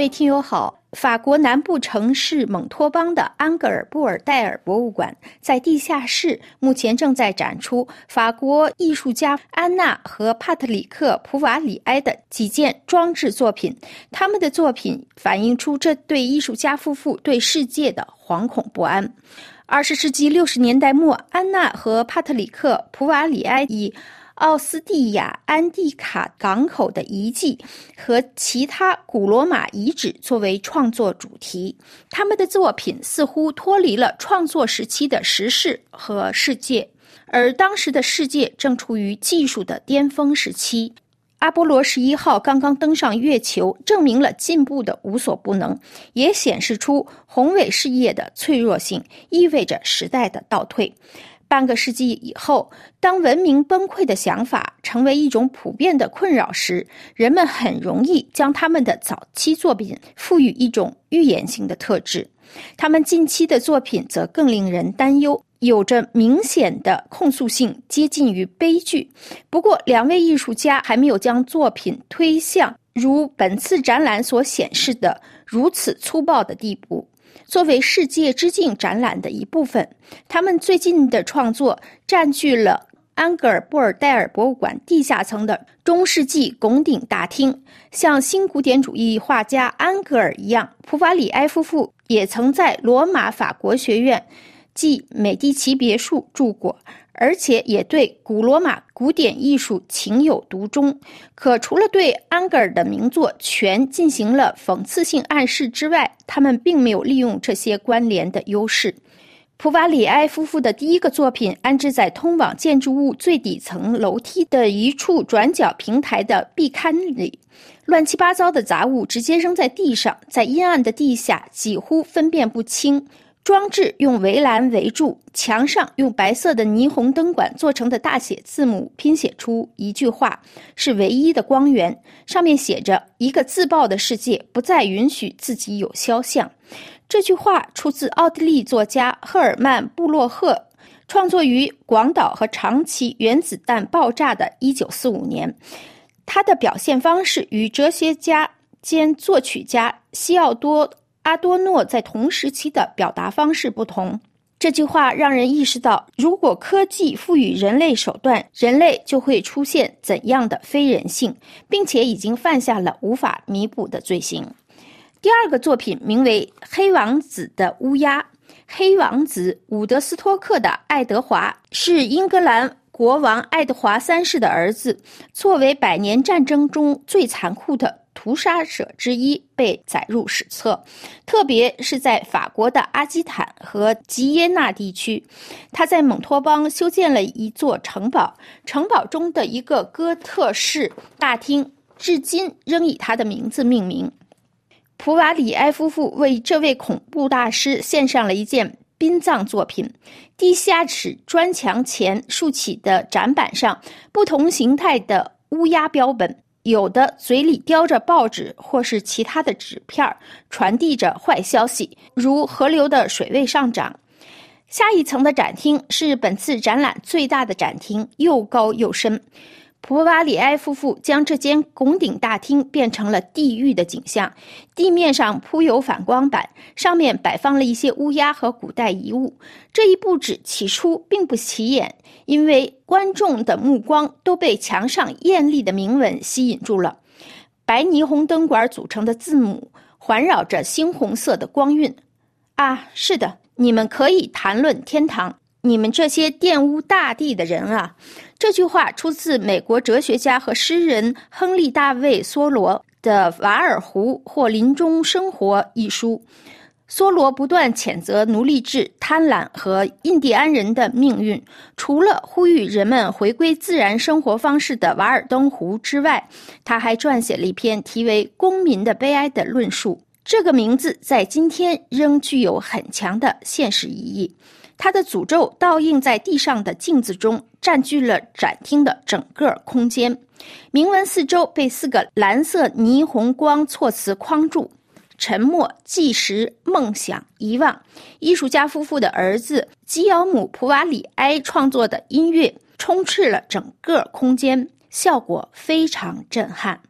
位听友好，法国南部城市蒙托邦的安格尔布尔代尔博物馆在地下室目前正在展出法国艺术家安娜和帕特里克·普瓦里埃的几件装置作品。他们的作品反映出这对艺术家夫妇对世界的惶恐不安。20世纪60年代末，安娜和帕特里克·普瓦里埃以奥斯蒂亚安蒂卡港口的遗迹和其他古罗马遗址作为创作主题，他们的作品似乎脱离了创作时期的时事和世界，而当时的世界正处于技术的巅峰时期。阿波罗11号刚刚登上月球，证明了进步的无所不能，也显示出宏伟事业的脆弱性，意味着时代的倒退。半个世纪以后，当文明崩溃的想法成为一种普遍的困扰时，人们很容易将他们的早期作品赋予一种预言性的特质。他们近期的作品则更令人担忧，有着明显的控诉性，接近于悲剧。不过，两位艺术家还没有将作品推向如本次展览所显示的如此粗暴的地步。作为世界之镜展览的一部分，他们最近的创作占据了安格尔布尔代尔博物馆地下层的中世纪拱顶大厅。像新古典主义画家安格尔一样，普瓦里埃夫妇也曾在罗马法国学院即美第奇别墅住过，而且也对古罗马古典艺术情有独钟。可除了对安格尔的名作全进行了讽刺性暗示之外，他们并没有利用这些关联的优势。普瓦里埃夫妇的第一个作品安置在通往建筑物最底层楼梯的一处转角平台的壁龛里，乱七八糟的杂物直接扔在地上，在阴暗的地下几乎分辨不清。装置用围栏围住，墙上用白色的霓虹灯管做成的大写字母拼写出一句话，是唯一的光源，上面写着一个自暴的世界不再允许自己有肖像。这句话出自奥地利作家赫尔曼·布洛赫，创作于广岛和长崎原子弹爆炸的1945年。他的表现方式与哲学家兼作曲家西奥多·阿多诺在同时期的表达方式不同。这句话让人意识到，如果科技赋予人类手段，人类就会出现怎样的非人性，并且已经犯下了无法弥补的罪行。第二个作品名为《黑王子的乌鸦》。黑王子伍德斯托克的爱德华是英格兰国王爱德华3世的儿子，作为百年战争中最残酷的屠杀者之一被载入史册，特别是在法国的阿基坦和吉耶纳地区。他在蒙托邦修建了一座城堡，城堡中的一个哥特式大厅至今仍以他的名字命名。普瓦里埃夫妇为这位恐怖大师献上了一件殡葬作品。地下室砖墙前竖起的展板上，不同形态的乌鸦标本，有的嘴里叼着报纸或是其他的纸片，传递着坏消息，如河流的水位上涨。下一层的展厅是本次展览最大的展厅，又高又深。普瓦里埃夫妇将这间拱顶大厅变成了地狱的景象，地面上铺有反光板，上面摆放了一些乌鸦和古代遗物。这一布置起初并不起眼，因为观众的目光都被墙上艳丽的铭文吸引住了。白霓虹灯管组成的字母环绕着猩红色的光晕。啊，是的，你们可以谈论天堂，你们这些玷污大地的人啊！这句话出自美国哲学家和诗人亨利·大卫·梭罗的《瓦尔湖或林中生活》一书。梭罗不断谴责奴隶制、贪婪和印第安人的命运，除了呼吁人们回归自然生活方式的《瓦尔登湖》之外，他还撰写了一篇题为《公民的悲哀》的论述。这个名字在今天仍具有很强的现实意义。他的诅咒倒映在地上的镜子中，占据了展厅的整个空间。铭文四周被4个蓝色霓虹光措辞框住：沉默、计时、梦想、遗忘。艺术家夫妇的儿子基奥姆·普瓦里埃创作的音乐充斥了整个空间，效果非常震撼。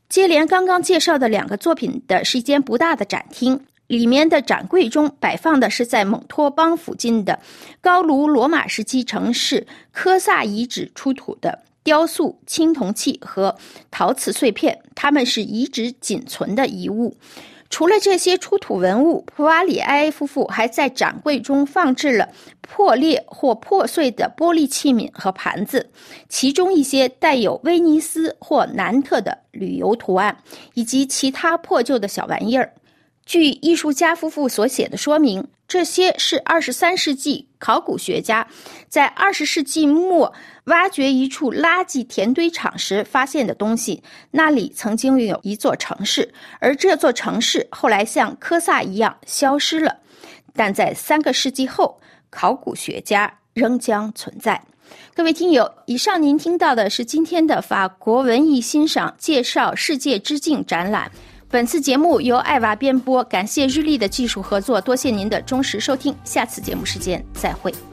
接连刚刚介绍的2个作品的是一间不大的展厅，里面的展柜中摆放的是在蒙托邦附近的高卢罗马时期城市科萨遗址出土的雕塑、青铜器和陶瓷碎片，它们是遗址仅存的遗物。除了这些出土文物，普瓦里埃夫妇还在展柜中放置了破裂或破碎的玻璃器皿和盘子，其中一些带有威尼斯或南特的旅游图案，以及其他破旧的小玩意儿。据艺术家夫妇所写的说明，这些是23世纪考古学家在20世纪末挖掘一处垃圾填堆场时发现的东西。那里曾经有一座城市，而这座城市后来像科萨一样消失了，但在3个世纪后，考古学家仍将存在。各位听友，以上您听到的是今天的法国文艺欣赏介绍世界之境展览。本次节目由艾娃编播，感谢日历的技术合作，多谢您的忠实收听，下次节目时间再会。